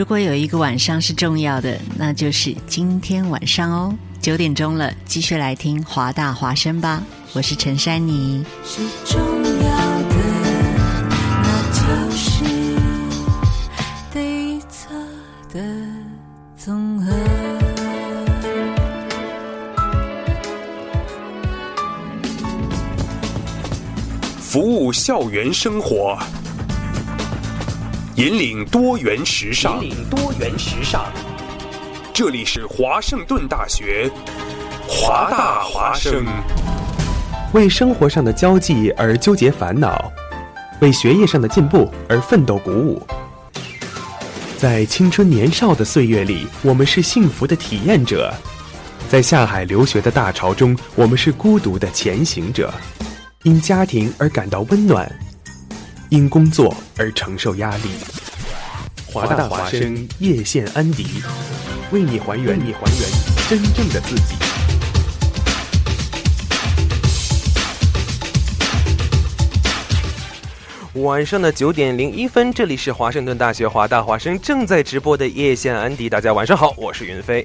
如果有一个晚上是重要的，那就是今天晚上哦。9点钟了，继续来听华大华声吧。我是陈珊妮。 是重要的，那就是对错的综合。 服务校园生活，引领多元时尚。这里是华盛顿大学华大华生。 为生活上的交际而纠结烦恼，为学业上的进步而奋斗鼓舞。在青春年少的岁月里，我们是幸福的体验者；在下海留学的大潮中，我们是孤独的前行者。因家庭而感到温暖，因工作而承受压力。华大华生叶县安迪，为你还原真正的自己。晚上的9点01分，这里是华盛顿大学华大华生正在直播的叶县安迪。大家晚上好，我是云飞。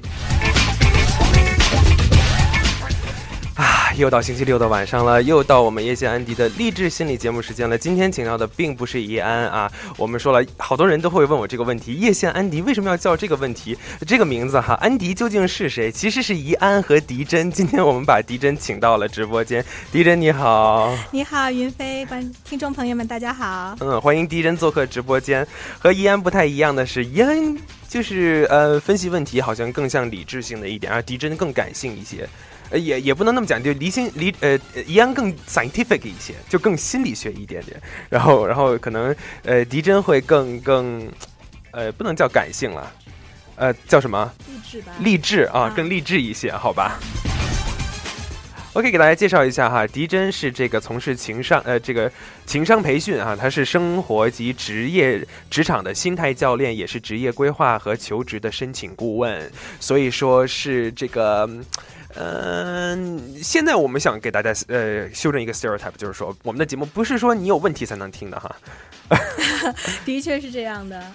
又到星期六的晚上了，又到我们叶县安迪的励志心理节目时间了。今天请到的并不是怡安啊，我们说了，好多人都会问我这个问题：叶县安迪为什么要叫这个问题？这个名字哈，安迪究竟是谁？其实是怡安和迪珍。今天我们把迪珍请到了直播间。迪珍你好。 你好，云飞，听众朋友们大家好。 欢迎迪珍做客直播间。和怡安不太一样的是，怡安就是分析问题好像更像理智性的一点，而迪珍更感性一些。也不能那么讲，就怡安更 scientific 一些，就更心理学一点点。然后可能迪珍会更不能叫感性了，叫什么？ 励志吧。 励志啊，更励志一些，好吧。OK， 给大家介绍一下哈，迪珍是这个从事情商培训啊，他是生活及职场的心态教练，也是职业规划和求职的申请顾问，所以说是这个。现在我们想给大家修正一个 stereotype， 就是说我们的节目不是说你有问题才能听的哈。 的确是这样的。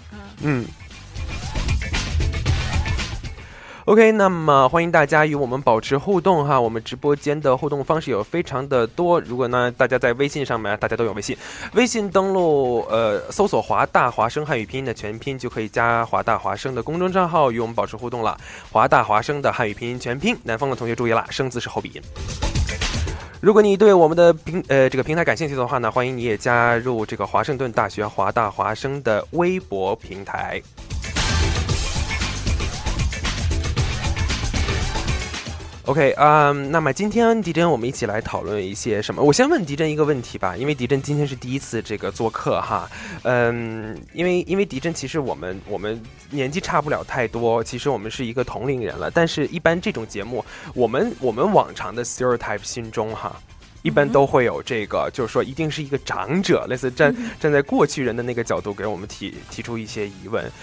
OK， 那么欢迎大家与我们保持互动哈，我们直播间的互动方式有非常的多。如果呢大家在微信上面，大家都有微信登录搜索华大华生汉语拼音的全拼，就可以加华大华生的公众账号与我们保持互动了。华大华生的汉语拼音全拼，南方的同学注意了，生字是后鼻音。如果你对我们的这个平台感兴趣的话呢，欢迎你也加入这个华盛顿大学华大华生的微博平台。OK， 那么今天迪珍我们一起来讨论一些什么？我先问迪珍一个问题吧，因为迪珍今天是第一次这个做客哈，因为迪珍其实我们年纪差不了太多，其实我们是一个同龄人了，但是一般这种节目，我们往常的 stereotype 心中哈，一般都会有这个，就是说一定是一个长者，类似站在过去人的那个角度给我们提出一些疑问，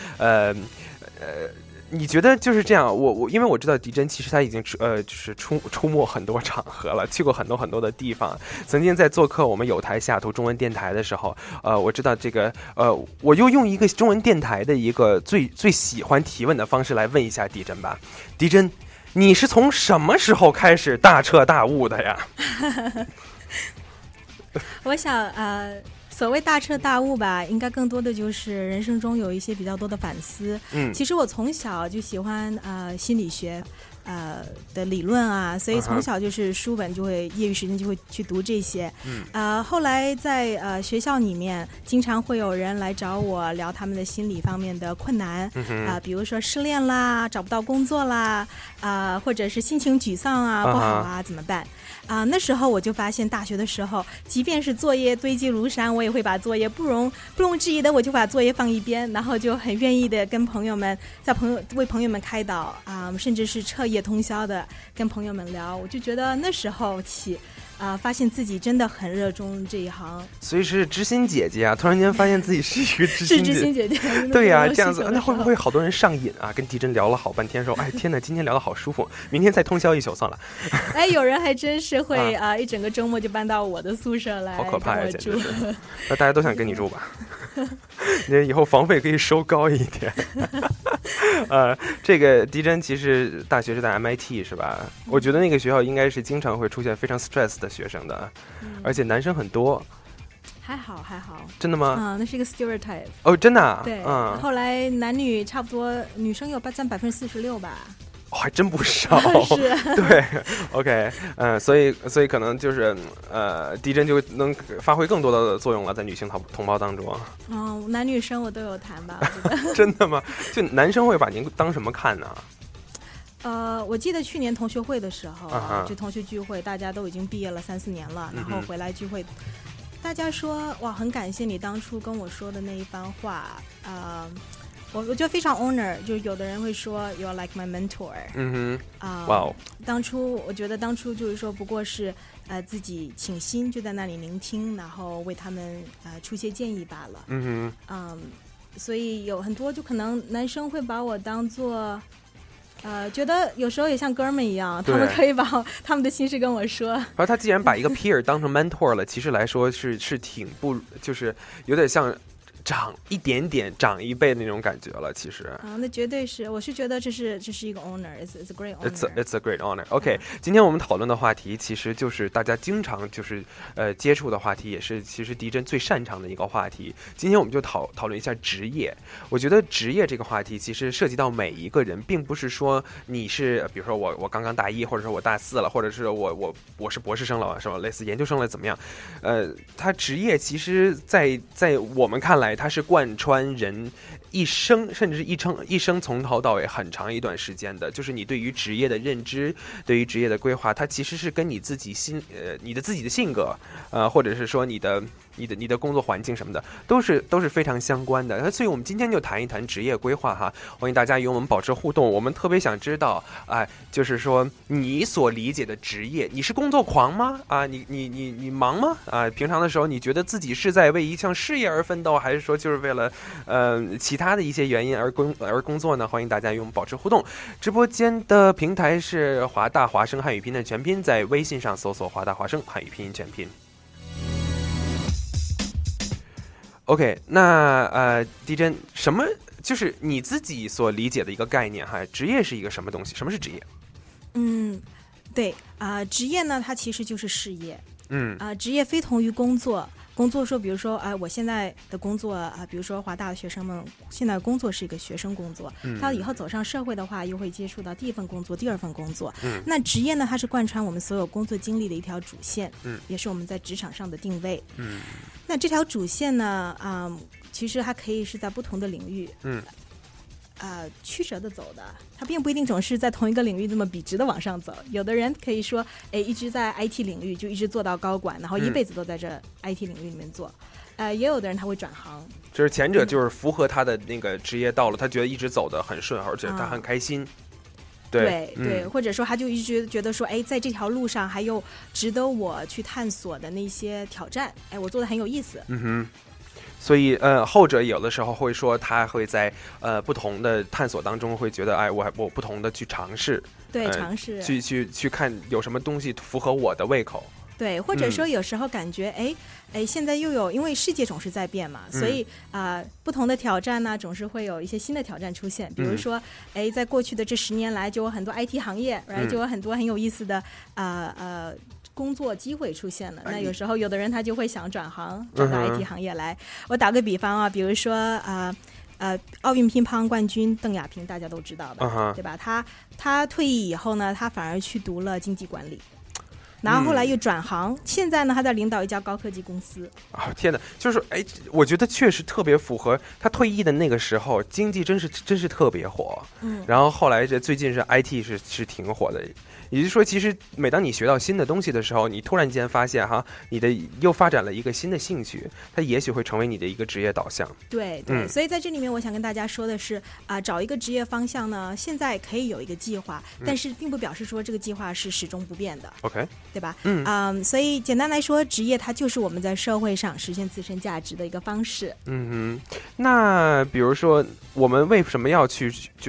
你觉得就是这样？因为我知道迪珍其实他已经就是出没很多场合了，去过很多的地方。曾经在做客我们有台西雅图中文电台的时候，我知道这个我就用一个中文电台的一个最喜欢提问的方式来问一下迪珍吧。迪珍，你是从什么时候开始大彻大悟的呀？ 我想所谓大彻大悟吧，应该更多的就是人生中有一些比较多的反思。其实我从小就喜欢心理学的理论啊，所以从小就是书本就会业余时间就会去读这些。后来在学校里面经常会有人来找我聊他们的心理方面的困难比如说失恋啦，找不到工作啦或者是心情沮丧啊不好啊怎么办那时候我就发现大学的时候，即便是作业堆积如山，我也会把作业不容置疑的我就把作业放一边，然后就很愿意的跟朋友们为朋友们开导甚至是彻夜通宵的跟朋友们聊。我就觉得那时候起发现自己真的很热衷这一行， 所以是知心姐姐啊！突然间发现自己是一个知心姐姐，对呀这样子，那会不会好多人上瘾啊？跟迪珍聊了好半天，说：“哎，天哪，今天聊得好舒服，明天再通宵一宿算了。” 哎，有人还真是会一整个周末就搬到我的宿舍来， 好可怕呀！简直是，那大家都想跟你住吧？ 你以后房费可以收高一点。这个狄真其实大学是在 MIT 是吧？我觉得那个学校应该是经常会出现非常 stress 的学生的，而且男生很多。 还好， 真的吗？ 那是一个 stereotype。 哦，真的啊？ 对，后来男女差不多，女生有占46%吧。 还真不少。 是。 对 ，OK， 所以可能就是狄真就能发挥更多的作用了，在女性同胞当中。 男女生我都有谈吧。 真的吗？就男生会把您当什么看呢？ 我记得去年同学会的时候，就同学聚会，大家都已经毕业了3-4年了，然后回来聚会，大家说哇，很感谢你当初跟我说的那一番话，我觉得非常 honor， 就是有的人会说 you're like my mentor。 哇， 我觉得当初就是说不过是自己倾心，就在那里聆听，然后为他们出些建议罢了。所以有很多就可能男生会把我当做。觉得有时候也像哥们一样，他们可以把他们的心事跟我说。 而他既然把一个 peer 当成 mentor 了，其实来说是挺就是有点像长一点点长一倍那种感觉了，其实。 那绝对是，我是觉得这是一个 honor，it's a great honor。It's a great honor。OK，今天我们讨论的话题其实就是大家经常就是接触的话题，也是其实狄真最擅长的一个话题。今天我们就讨论一下职业。我觉得职业这个话题其实涉及到每一个人，并不是说你是比如说我刚刚大一，或者说我大4了，或者是我是博士生了，什么类似研究生了怎么样？他职业其实在我们看来。它是贯穿人一生，甚至是一生从头到尾很长一段时间的，就是你对于职业的认知，对于职业的规划，它其实是跟你自己你的自己的性格，或者是说你的工作环境什么的，都是非常相关的。所以我们今天就谈一谈职业规划哈，欢迎大家与我们保持互动。我们特别想知道，就是说你所理解的职业，你是工作狂吗？你忙吗？平常的时候你觉得自己是在为一项事业而奋斗，还是说就是为了其他的一些原因而工作呢？欢迎大家与我们保持互动。直播间的平台是华大华声汉语拼音的全拼，在微信上搜索华大华声汉语拼音全拼。OK， 那狄真，什么就是你自己所理解的一个概念哈？职业是一个什么东西？什么是职业？ 对职业呢，它其实就是事业。职业非同于工作。工作说，比如说，我现在的工作比如说华大的学生们现在工作是一个学生工作，他以后走上社会的话，又会接触到第一份工作、第二份工作。那职业呢，它是贯穿我们所有工作经历的一条主线，也是我们在职场上的定位。那这条主线呢，其实它可以是在不同的领域，曲折的走的，它并不一定总是在同一个领域这么笔直的往上走。有的人可以说，一直在 IT 领域就一直做到高管，然后一辈子都在这 IT 领域里面做。也有的人他会转行， 就是前者就是符合他的那个职业道路，他觉得一直走得很顺，而且他很开心。 对，或者说他就一直觉得说，在这条路上还有值得我去探索的那些挑战，我做的很有意思。 所以后者有的时候会说他会在不同的探索当中会觉得我不同的去尝试， 尝试去看有什么东西符合我的胃口。 对，或者说有时候感觉现在又有，因为世界总是在变嘛，所以不同的挑战呢，总是会有一些新的挑战出现。比如说在过去的这10年来，就有很多 IT 行业，就有很多很有意思的工作机会出现了。那有时候有的人他就会想转行转到 IT 行业来。我打个比方比如说奥运乒乓冠军邓亚萍大家都知道的，对吧？他退役以后呢，他反而去读了经济管理。然后后来又转行，现在呢他在领导一家高科技公司。 天哪，就是我觉得确实特别符合他退役的那个时候，经济真是特别火。然后后来最近是 IT 是挺火的。也就是说，其实每当你学到新的东西的时候，你突然间发现你的又发展了一个新的兴趣，它也许会成为你的一个职业导向。 对，所以在这里面我想跟大家说的是找一个职业方向呢，现在可以有一个计划，但是并不表示说这个计划是始终不变的。 OK， 对吧？所以简单来说，职业它就是我们在社会上实现自身价值的一个方式。 那比如说我们为什么要去就是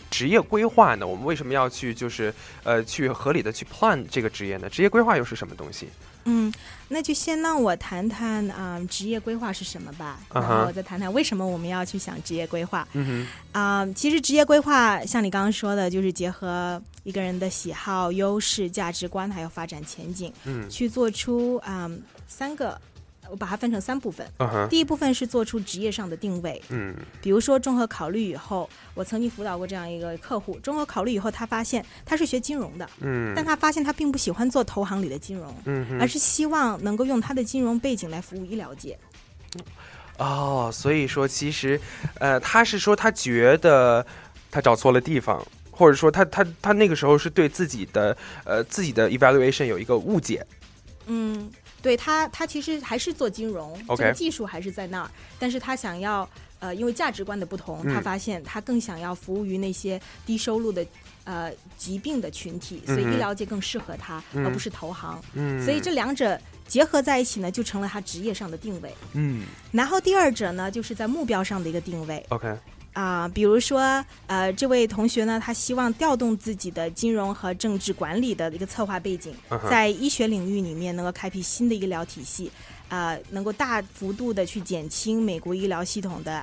职业规划呢？我们为什么要去就是去合理的去 plan 这个职业呢？职业规划又是什么东西？ 那就先让我谈谈职业规划是什么吧，然后我再谈谈为什么我们要去想职业规划。其实职业规划像你刚刚说的，就是结合一个人的喜好、优势、价值观还有发展前景，去做出3个。我把它分成3部分。第一部分是做出职业上的定位。比如说综合考虑以后，我曾经辅导过这样一个客户，综合考虑以后，他发现他是学金融的，但他发现他并不喜欢做投行里的金融，而是希望能够用他的金融背景来服务医疗界。 所以说其实他是说他觉得他找错了地方，或者说他那个时候是对自己的evaluation 有一个误解。 对，他其实还是做金融，这个技术还是在那儿，但是他想要因为价值观的不同，他发现他更想要服务于那些低收入的疾病的群体，所以医疗界更适合他，而不是投行。所以这2者结合在一起呢，就成了他职业上的定位。然后第2者呢，就是在目标上的一个定位。比如说这位同学呢，他希望调动自己的金融和政治管理的一个策划背景，在医学领域里面能够开辟新的医疗体系，能够大幅度的去减轻美国医疗系统的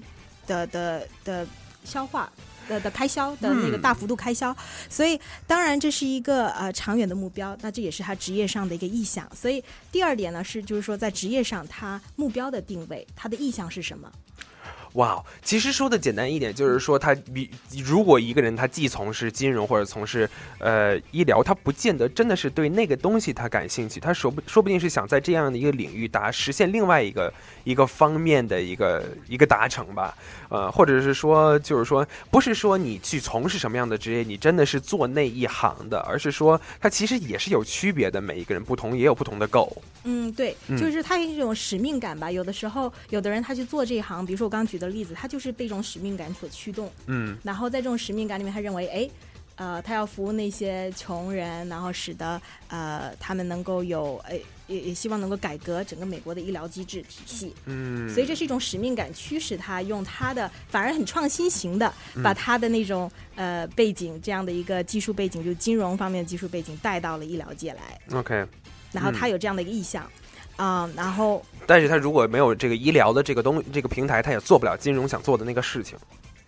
消化的开销的那个大幅度开销。所以当然这是一个长远的目标，那这也是他职业上的一个意向。所以第2点呢，就是说在职业上他目标的定位，他的意向是什么。 其实说的简单一点，就是说如果一个人他既从事金融或者从事医疗，他不见得真的是对那个东西他感兴趣，他说不定是想在这样的一个领域实现另外一个方面的一个达成吧。或者是说就是说不是说你去从事什么样的职业你真的是做那一行的，而是说它其实也是有区别的，每一个人不同也有不同的 goal。 对，就是他有一种使命感吧。有的时候有的人他去做这一行，比如说我刚刚举的例子，他就是被这种使命感所驱动。然后在这种使命感里面，他认为他要服务那些穷人，然后使得他们能够有也希望能够改革整个美国的医疗机制体系。所以这是一种使命感驱使他用他的反而很创新型的把他的那种背景，这样的一个技术背景，就是金融方面的技术背景带到了医疗界来。然后他有这样的一个意向。然后但是他如果没有这个医疗的这个平台，他也做不了金融想做的那个事情。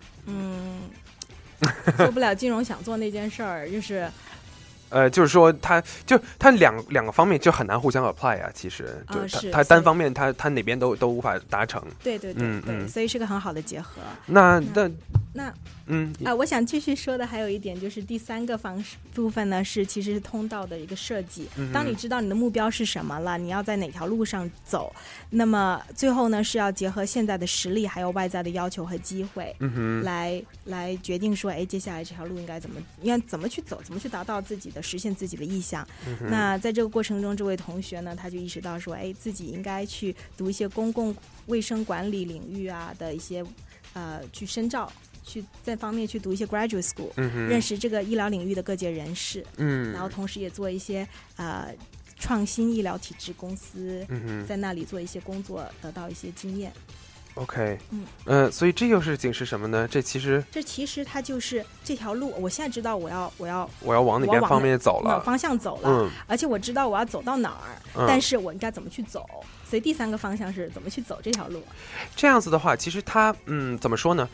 做不了金融想做那件事儿，就是就是说他两个方面就很难互相 apply 啊。其实他单方面他哪边都无法达成。对， 所以是个很好的结合。我想继续说的还有一点，就是第3个部分呢，其实是通道的一个设计。当你知道你的目标是什么了，你要在哪条路上走，那么最后呢是要结合现在的实力还有外在的要求和机会，来决定说接下来这条路应该怎么去走，怎么去达到实现自己的意向。那在这个过程中，这位同学呢，他就意识到说自己应该去读一些公共卫生管理领域的一些去深造，去在方面去读一些 graduate school，认识这个医疗领域的各界人士，然后同时也做一些创新医疗体制公司，在那里做一些工作，得到一些经验。 所以这又是警示什么呢？这其实它就是这条路，我现在知道我要往哪边方面走了， 方向走了，而且我知道我要走到哪儿，但是我应该怎么去走。所以第3个方向是怎么去走这条路。 这样子的话，其实它怎么说呢？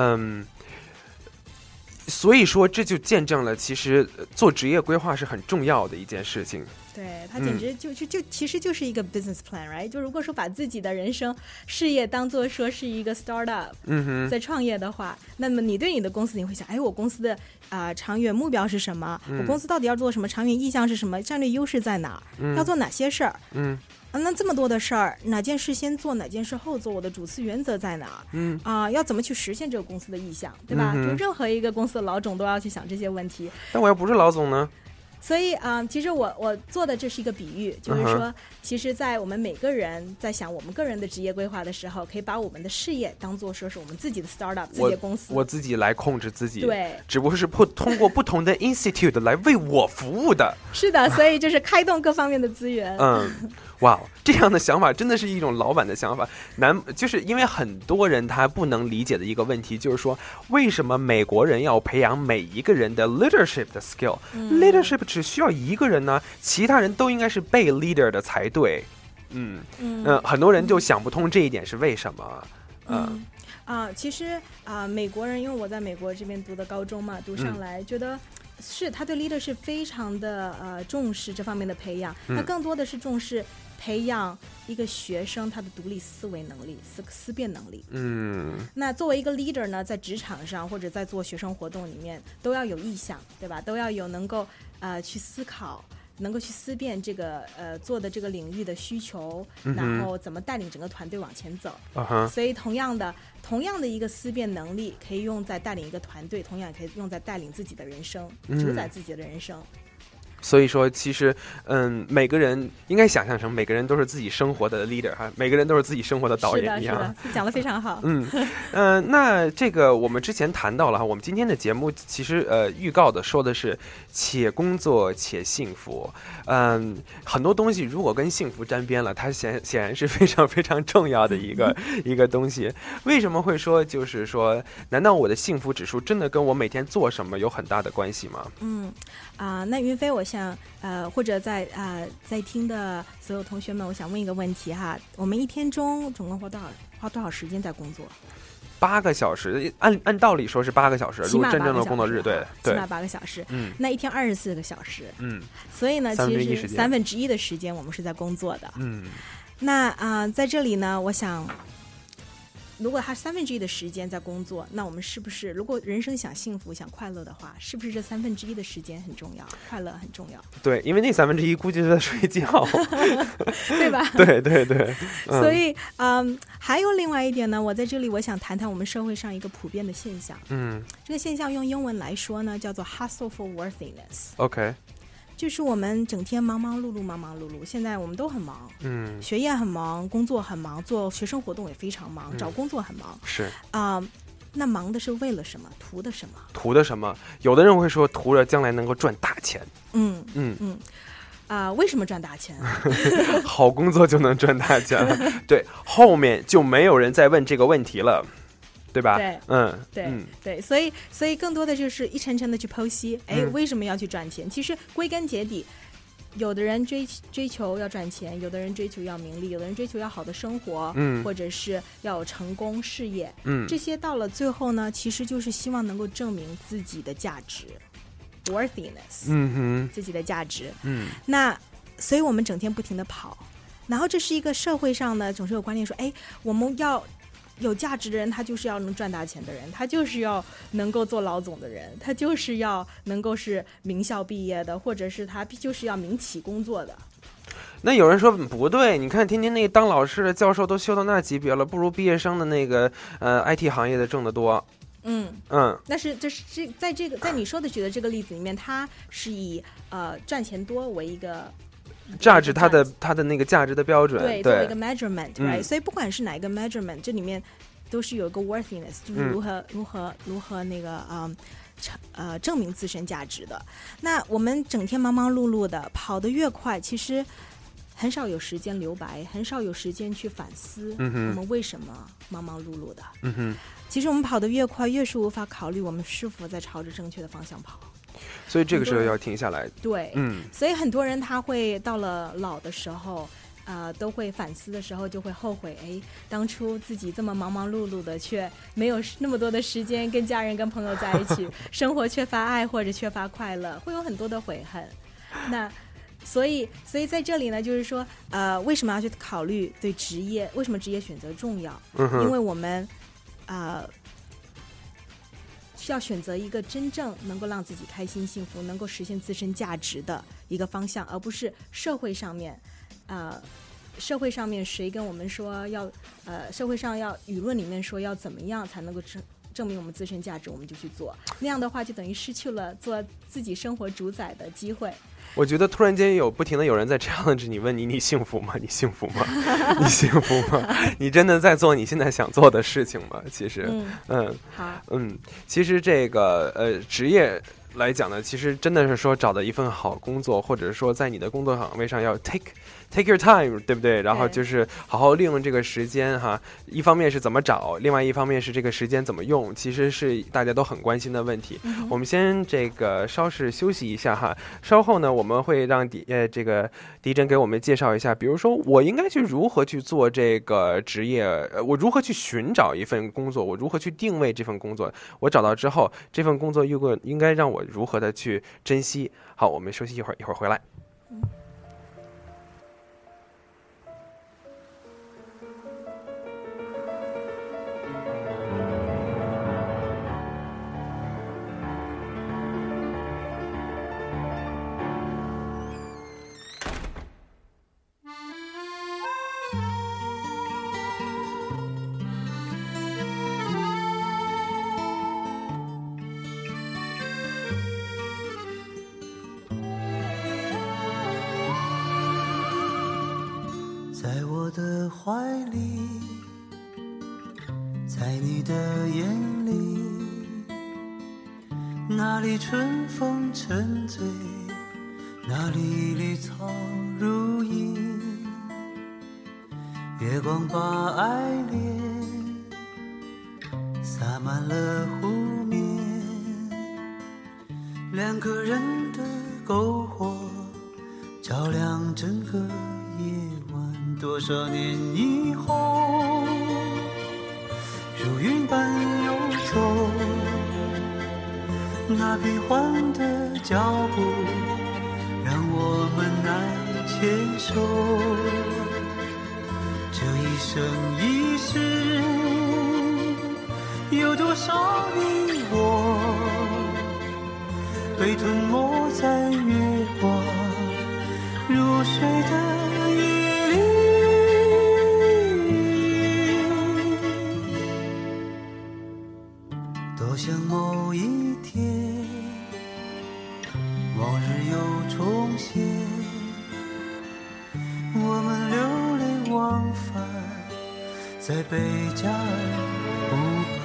所以说这就见证了其实做职业规划是很重要的一件事情。 对，它简直其实就是一个 business plan， right？ 就如果说把自己的人生事业当做说是一个 startup，在创业的话，那么你对你的公司你会想，我公司的长远目标是什么？我公司到底要做什么？长远意向是什么？战略优势在哪儿？要做哪些事儿？那这么多的事儿，哪件事先做，哪件事后做？我的主次原则在哪儿？要怎么去实现这个公司的意向，对吧？就任何一个公司的老总都要去想这些问题。 但我要不是老总呢？ 所以其实我做的这是一个比喻，就是说，其实，在我们每个人在想我们个人的职业规划的时候，可以把我们的事业当做说是我们自己的 startup， 自己的公司， 我自己来控制自己， 对， 只不过是通过不同的 institute 来为我服务的。 是的，所以就是开动各方面的资源。 哇，这样的想法真的是一种老板的想法。就是因为很多人他不能理解的一个问题，就是说为什么美国人要培养每一个人的 leadership 的 skill？leadership 只需要一个人呢，其他人都应该是被 leader 的才对。很多人就想不通这一点是为什么。 其实美国人，因为我在美国这边读的高中嘛，读上来觉得。是他对 leader 是非常的重视这方面的培养，他更多的是重视培养一个学生他的独立思维能力、思辨能力。那作为一个 leader 呢，在职场上或者在做学生活动里面，都要有意向，对吧？都要有能够去思考。能够去思辨这个做的这个领域的需求，然后怎么带领整个团队往前走。所以同样的一个思辨能力，可以用在带领一个团队，同样也可以用在带领自己的人生，主宰自己的人生。 所以说，其实，每个人应该想象成每个人都是自己生活的 leader 哈，每个人都是自己生活的导演一样。 是的，讲得非常好。 那这个我们之前谈到了哈，我们今天的节目其实预告的说的是且工作且幸福。很多东西如果跟幸福沾边了，它显然是非常非常重要的一个东西。为什么会说就是说，难道我的幸福指数真的跟我每天做什么有很大的关系吗？ 那云飞，我想或者在听的所有同学们，我想问一个问题哈，我们一天中总共花多少时间在工作？8个小时，按道理说是8个小时，如果真正的工作日，对， 起码8个小时。那一天24个小时，所以呢，其实1/3的时间我们是在工作的。那在这里呢，我想。如果他1/3的时间在工作，那我们是不是如果人生想幸福想快乐的话，是不是这1/3的时间很重要，快乐很重要？ 对，因为那1/3估计是在睡觉， 对吧？ 对。 所以还有另外一点呢，我在这里我想谈谈我们社会上一个普遍的现象。这个现象用英文来说呢，叫做 hustle for worthiness。OK。就是我们整天忙忙碌碌，现在我们都很忙，学业很忙，工作很忙，做学生活动也非常忙，找工作很忙， 是那忙的是为了什么？图的什么？ 有的人会说图着将来能够赚大钱。 为什么赚大钱？ 好工作就能赚大钱了。对，后面就没有人再问这个问题了。对吧？ 对，所以更多的就是一层层的去剖析，为什么要去赚钱？其实归根结底，有的人追求要赚钱，有的人追求要名利，有的人追求要好的生活，或者是要有成功事业，这些到了最后呢，其实就是希望能够证明自己的价值 ，worthiness，自己的价值。那所以我们整天不停的跑，然后这是一个社会上呢总是有观念说，我们要。有价值的人，他就是要能赚大钱的人，他就是要能够做老总的人，他就是要能够是名校毕业的，或者是他就是要民企工作的。 那有人说不对，你看天天那个当老师的教授都修到那级别了，不如毕业生的那个IT 行业的挣得多。但是这是在你说的举的这个例子里面，他是以赚钱多为一个。 价值它的那个价值的标准， 对，作为一个 measurement，right？所以不管是哪一个 measurement， 这里面都是有一个 worthiness， 就是如何那个证明自身价值的。那我们整天忙忙碌碌的，跑得越快，其实很少有时间留白，很少有时间去反思我们为什么忙忙碌碌的。其实我们跑得越快，越是无法考虑我们是否在朝着正确的方向跑。 所以这个时候要停下来。 对，所以很多人他会到了老的时候，都会反思的时候就会后悔，当初自己这么忙忙碌碌的，却没有那么多的时间跟家人跟朋友在一起，生活缺乏爱或者缺乏快乐，会有很多的悔恨。那所以在这里呢，就是说，为什么要去考虑对职业？为什么职业选择重要？因为我们需要选择一个真正能够让自己开心幸福，能够实现自身价值的一个方向，而不是社会上面谁跟我们说要社会上要舆论里面说要怎么样才能够证明我们自身价值，我们就去做。那样的话，就等于失去了做自己生活主宰的机会。 我觉得突然间不停的有人在 challenge 你，问你幸福吗？你幸福吗？你幸福吗？你真的在做你现在想做的事情吗？其实，其实这个职业来讲呢，其实真的是说找到一份好工作，或者说在你的工作岗位上要 take your time， 对不对？然后就是好好利用这个时间哈。一方面是怎么找，另外一方面是这个时间怎么用，其实是大家都很关心的问题。我们先这个稍事休息一下哈，稍后呢我们会让这个狄真给我们介绍一下，比如说我应该如何去做这个职业，我如何去寻找一份工作，我如何去定位这份工作，我找到之后这份工作应该让我如何的去珍惜。好，我们休息一会儿回来。 在我的怀里，在你的眼里，那里春风沉醉，那里绿草如茵，月光把爱恋洒满了湖面，两个人的篝火照亮整个夜晚。多少年以后，如云般游走，那变幻的脚步让我们难牵手。这一生一世，有多少你我被吞没在月光入睡的夜里。多想某一天，往日又重现，我们流连忘返在贝加尔湖畔。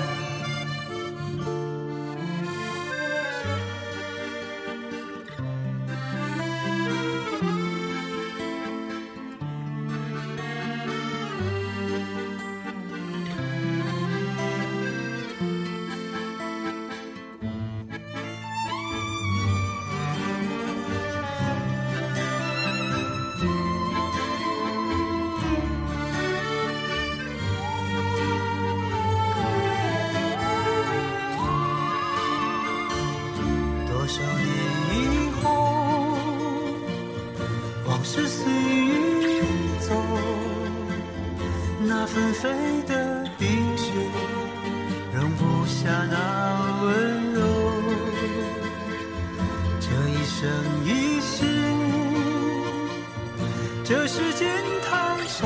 多少年以后，往事随云走，那纷飞的冰雪容不下那温柔。这一生一世，这世间太少，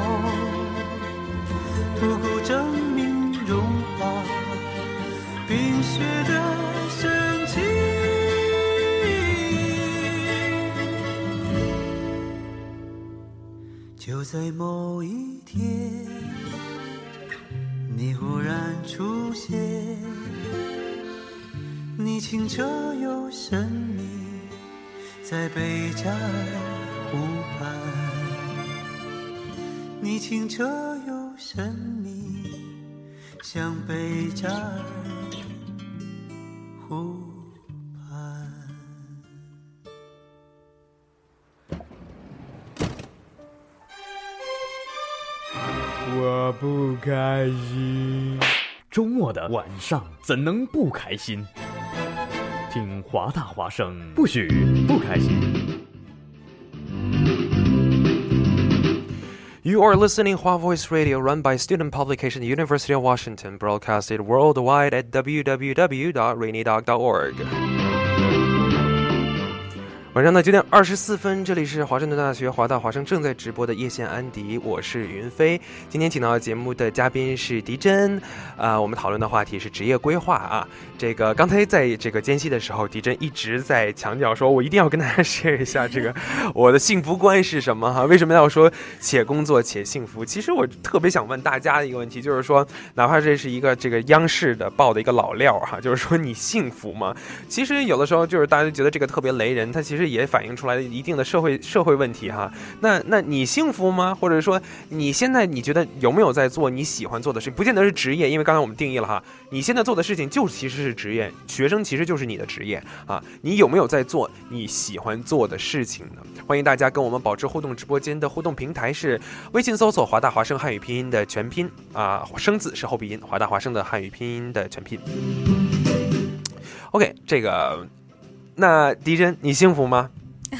不够证明融化冰雪的深情。就在某一天，你忽然出现，你清澈又神秘，在贝加尔湖畔。你清澈又神秘，像贝加尔湖畔。 我不开心。周末的晚上怎能不开心？听华大华声，不许不开心。 You are listening Hua Voice Radio, run by student publication University of Washington, broadcasted worldwide at www.rainydog.org. 晚上的9点24分，这里是华盛顿大学华大华生正在直播的夜线安迪，我是云飞。今天请到节目的嘉宾是狄真，我们讨论的话题是职业规划啊。这个刚才在这个间隙的时候，狄真一直在强调说，我一定要跟大家 share 一下这个我的幸福观是什么哈？为什么要说且工作且幸福？其实我特别想问大家的一个问题，就是说，哪怕这是一个这个央视的报的一个老料哈，就是说你幸福吗？其实有的时候就是大家觉得这个特别雷人，它其实也反映出来一定的社会问题哈。那你幸福吗？或者说你现在你觉得有没有在做你喜欢做的事情？不见得是职业，因为刚才我们定义了哈，你现在做的事情就其实是职业，学生其实就是你的职业啊。你有没有在做你喜欢做的事情呢？欢迎大家跟我们保持互动，直播间的互动平台是微信搜索华大华生汉语拼音的全拼啊，生字是后鼻音，华大华生的汉语拼音的全拼。OK， 这个那狄真你幸福吗？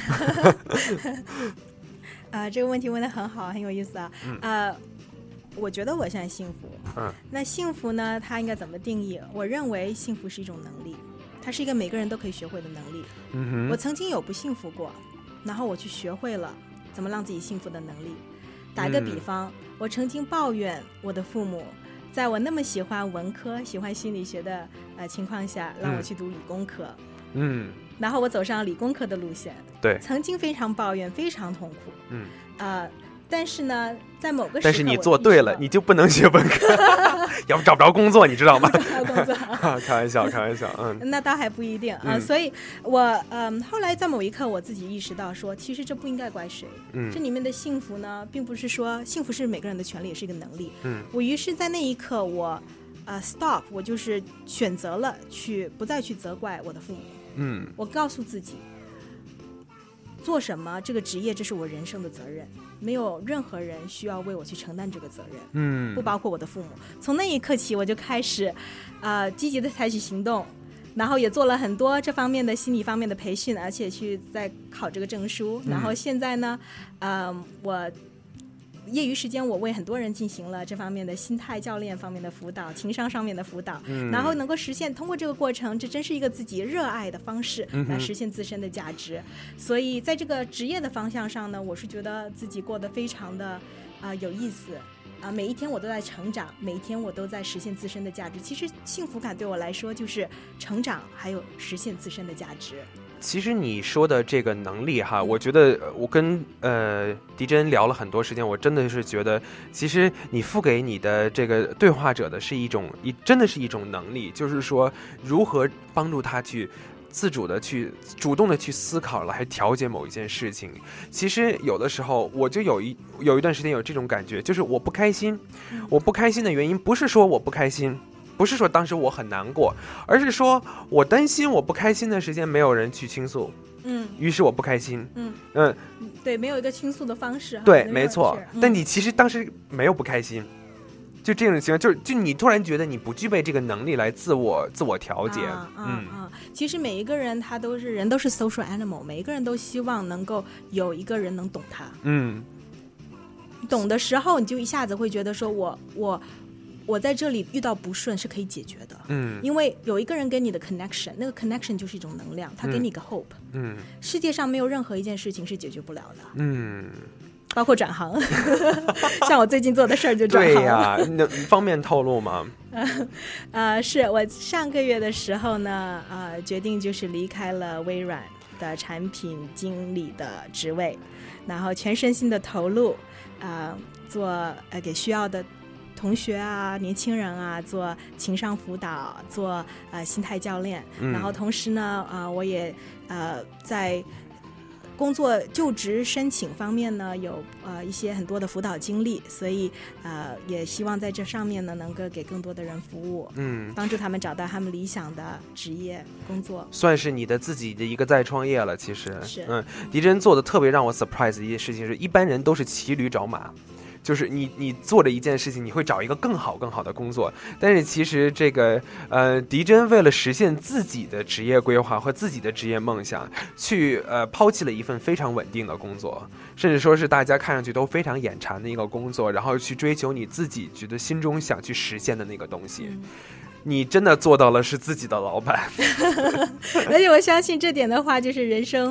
这个问题问得很好，很有意思啊。我觉得我现在幸福。那幸福呢，它应该怎么定义？我认为幸福是一种能力，它是一个每个人都可以学会的能力。我曾经有不幸福过，然后我去学会了怎么让自己幸福的能力。打一个比方，我曾经抱怨我的父母，在我那么喜欢文科、喜欢心理学的情况下，让我去读理工科。然后我走上理工科的路线，对，曾经非常抱怨，非常痛苦。但是呢，在某个时刻，但是你做对了，你就不能学文科，要不找不着工作，你知道吗？开玩笑， 那倒还不一定啊。所以我后来在某一刻，我自己意识到说，其实这不应该怪谁。这里面的幸福呢，并不是说幸福是每个人的权利，也是一个能力。我于是在那一刻，我stop， 我就是选择了不再去责怪我的父母。我告诉自己，做什么这个职业，这是我人生的责任，没有任何人需要为我去承担这个责任，不包括我的父母。从那一刻起，我就开始积极的采取行动，然后也做了很多这方面的心理方面的培训，而且去在考这个证书。然后现在呢，我业余时间我为很多人进行了这方面的心态教练方面的辅导，情商上面的辅导，然后能够实现通过这个过程，这真是一个自己热爱的方式来实现自身的价值。所以在这个职业的方向上呢，我是觉得自己过得非常的有意思每一天我都在成长，每一天我都在实现自身的价值。其实幸福感对我来说就是成长还有实现自身的价值。 其实你说的这个能力哈，我觉得我跟狄真聊了很多时间，我真的是觉得，其实你付给你的这个对话者的是真的是一种能力，就是说如何帮助他去自主的去主动的去思考来调节某一件事情。其实有的时候我就有一段时间有这种感觉，就是我不开心的原因不是说我不开心，不是说当时我很难过，而是说我担心我不开心的时间没有人去倾诉，于是我不开心。 对，没有一个倾诉的方式。 对，没错。但你其实当时没有不开心，就这种情况，就你突然觉得你不具备这个能力来自我调节。 其实每一个人他都是 social animal， 每一个人都希望能够有一个人能懂他。懂的时候，你就一下子会觉得说我在这里遇到不顺是可以解决的。因为有一个人跟你的 connection， 那个 connection 就是一种能量，他给你个 hope。世界上没有任何一件事情是解决不了的。包括转行，像我最近做的事儿就转行。 对呀，你方便透露吗？ 是我上个月的时候呢，决定就是离开了微软的产品经理的职位，然后全身心的投入，做给需要的同学啊、年轻人啊做情商辅导，做心态教练。然后同时呢，我也在工作就职申请方面呢有一些很多的辅导经历，所以也希望在这上面呢能够给更多的人服务，帮助他们找到他们理想的职业工作， 算是你的自己的一个再创业了。其实是狄真做的特别让我 surprise 的一件事情是，一般人都是骑驴找马，就是你做的一件事情，你会找一个更好的工作，但是其实这个狄真为了实现自己的职业规划和自己的职业梦想，去抛弃了一份非常稳定的工作，甚至说是大家看上去都非常眼馋的一个工作，然后去追求你自己觉得心中想去实现的那个东西。你真的做到了是自己的老板。 而且我相信这点的话，就是人生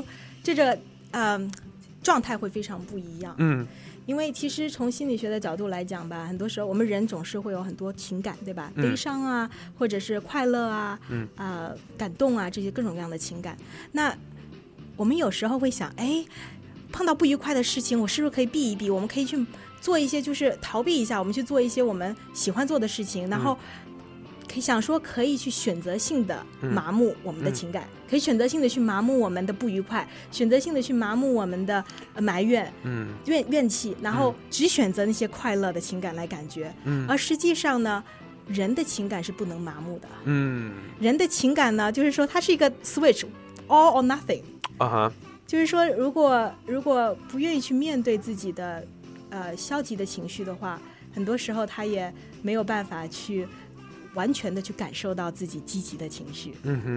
这个状态会非常不一样。因为其实从心理学的角度来讲吧，很多时候我们人总是会有很多情感，对吧？悲伤啊，或者是快乐啊，感动啊，这些各种各样的情感。那我们有时候会想，哎，碰到不愉快的事情，我是不是可以避一避？我们可以去做一些，就是逃避一下，我们去做一些我们喜欢做的事情，然后可以想说可以去选择性的麻木我们的情感，可以选择性的去麻木我们的不愉快，选择性的去麻木我们的埋怨、怨气，然后只选择那些快乐的情感来感觉。而实际上呢，人的情感是不能麻木的。人的情感呢，就是说它是一个 switch all or nothing。就是说如果不愿意去面对自己的消极的情绪的话，很多时候他也没有办法去完全的去感受到自己积极的情绪。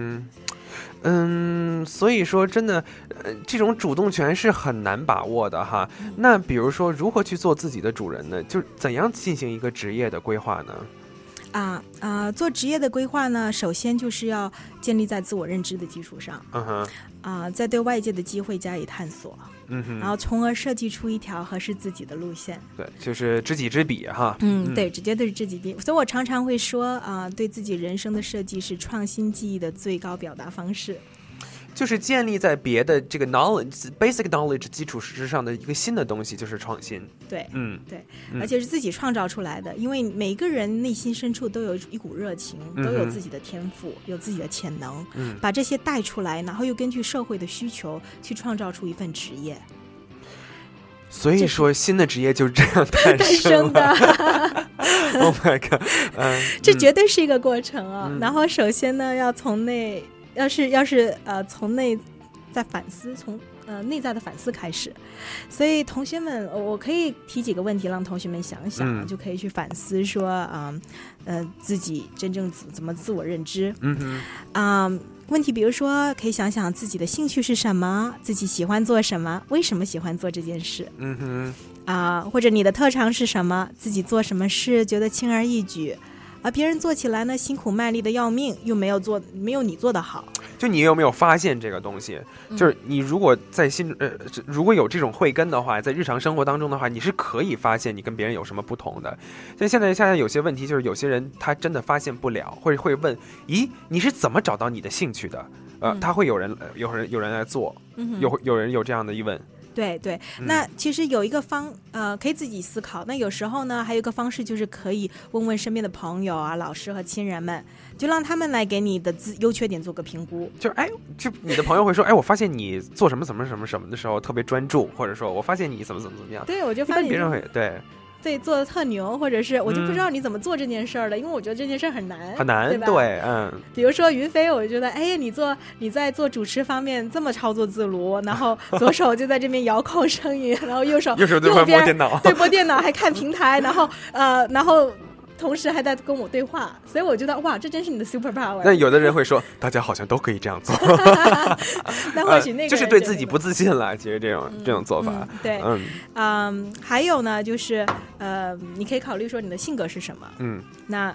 所以说真的这种主动权是很难把握的哈。那比如说如何去做自己的主人呢？就怎样进行一个职业的规划呢？ 做职业的规划呢，首先就是要建立在自我认知的基础上，再对外界的机会加以探索，然后从而设计出一条合适自己的路线。 对，就是知己知彼哈。 对，绝对是知己知彼。所以我常常会说对自己人生的设计是创新记忆的最高表达方式。 就是建立在别的这个 basic knowledge 基础之上的一个新的东西，就是创新。 对，对，而且是自己创造出来的。因为每个人内心深处都有一股热情，都有自己的天赋，有自己的潜能，把这些带出来，然后又根据社会的需求去创造出一份职业。 所以说新的职业就是这样诞生的。Oh my god！ 这绝对是一个过程啊。然后首先呢，要从内。要是从内在反思，从内在的反思开始。所以同学们，我可以提几个问题让同学们想想，就可以去反思说自己真正怎么自我认知。问题比如说可以想想自己的兴趣是什么，自己喜欢做什么，为什么喜欢做这件事。或者你的特长是什么，自己做什么事觉得轻而易举，而别人做起来呢辛苦卖力的要命，又没有你做得好。 就你有没有发现这个东西，就是你如果在如果有这种慧根的话，在日常生活当中的话，你是可以发现你跟别人有什么不同的。像现在有些问题，就是有些人他真的发现不了，或者会问，咦，你是怎么找到你的兴趣的？他会有人来做，有人有这样的疑问。 对对，那其实有一个可以自己思考。那有时候呢，还有一个方式就是可以问问身边的朋友啊、老师和亲人们，就让他们来给你的优缺点做个评估。 就你的朋友会说，我发现你做什么的时候特别专注，或者说我发现你怎么样。 对，我就发现别人会对做的特牛，或者是我就不知道你怎么做这件事儿的，因为我觉得这件事儿很难，对吧？ 对， 比如说云飞，我就觉得，你在做主持方面这么操作自如，然后左手就在这边遥控声音，然后右手就会摸电脑， 对，摸电脑还看平台，然后同时还在跟我对话，所以我觉得哇，这真是你的 super power。 那有的人会说，大家好像都可以这样做。 那或许那个就是对自己不自信了。其实这种做法， 对，还有呢，就是你可以考虑说你的性格是什么。那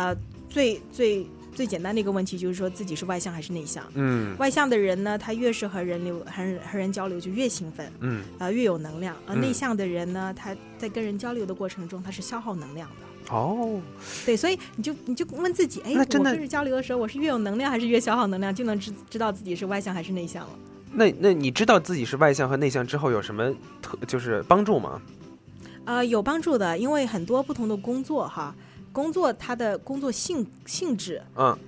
最简单的一个问题就是说自己是外向还是内向。外向的人呢，他越是和人交流就越兴奋，越有能量。而内向的人呢，他在跟人交流的过程中，他是消耗能量的。对，所以你就问自己，我跟人交流的时候，我是越有能量还是越消耗能量，就能知道自己是外向还是内向了。 那你知道自己是外向和内向之后有什么就是帮助吗？ 有帮助的，因为很多不同的工作它的工作性质，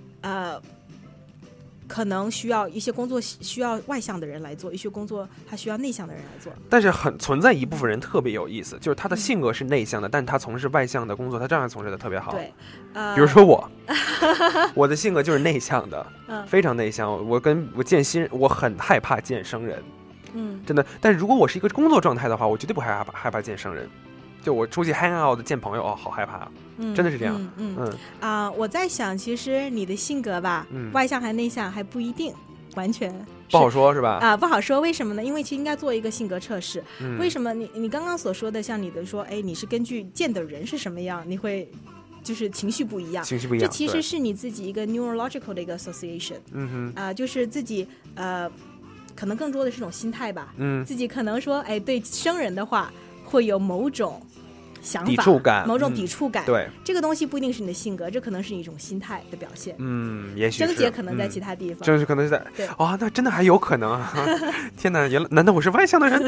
可能需要一些工作需要外向的人来做，一些工作他需要内向的人来做。 但是存在一部分人特别有意思，就是他的性格是内向的，但他从事外向的工作，他照样从事的特别好。 对， 比如说我的性格就是内向的，非常内向。我见新人，我很害怕见生人，真的。但如果我是一个工作状态的话，我绝对不害怕见生人。就我出去 hang out 见朋友，好害怕，真的是这样。 我在想，其实你的性格吧，外向还内向还不一定完全不好说，是吧？ 不好说，为什么呢？因为其实应该做一个性格测试。为什么你刚刚所说的，像你的说，你是根据见的人是什么样，你会就是情绪不一样，这其实是你自己一个 neurological 的一个 association。就是自己可能更多的是一种心态吧。自己可能说，哎，对生人的话会有某种想法、 抵触感， 某种抵触感。 对， 这个东西不一定是你的性格，这可能是一种心态的表现。 也许是症结可能在其他地方， 症结可能是在对。 那真的还有可能啊！天哪，难道我是外向的人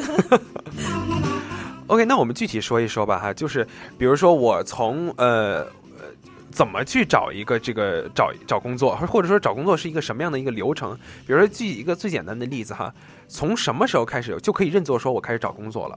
？OK， 那我们具体说一说吧哈，就是比如说我从怎么去找一个这个找工作，或者说找工作是一个什么样的一个流程？比如说举一个最简单的例子哈，从什么时候开始就可以认作说我开始找工作了？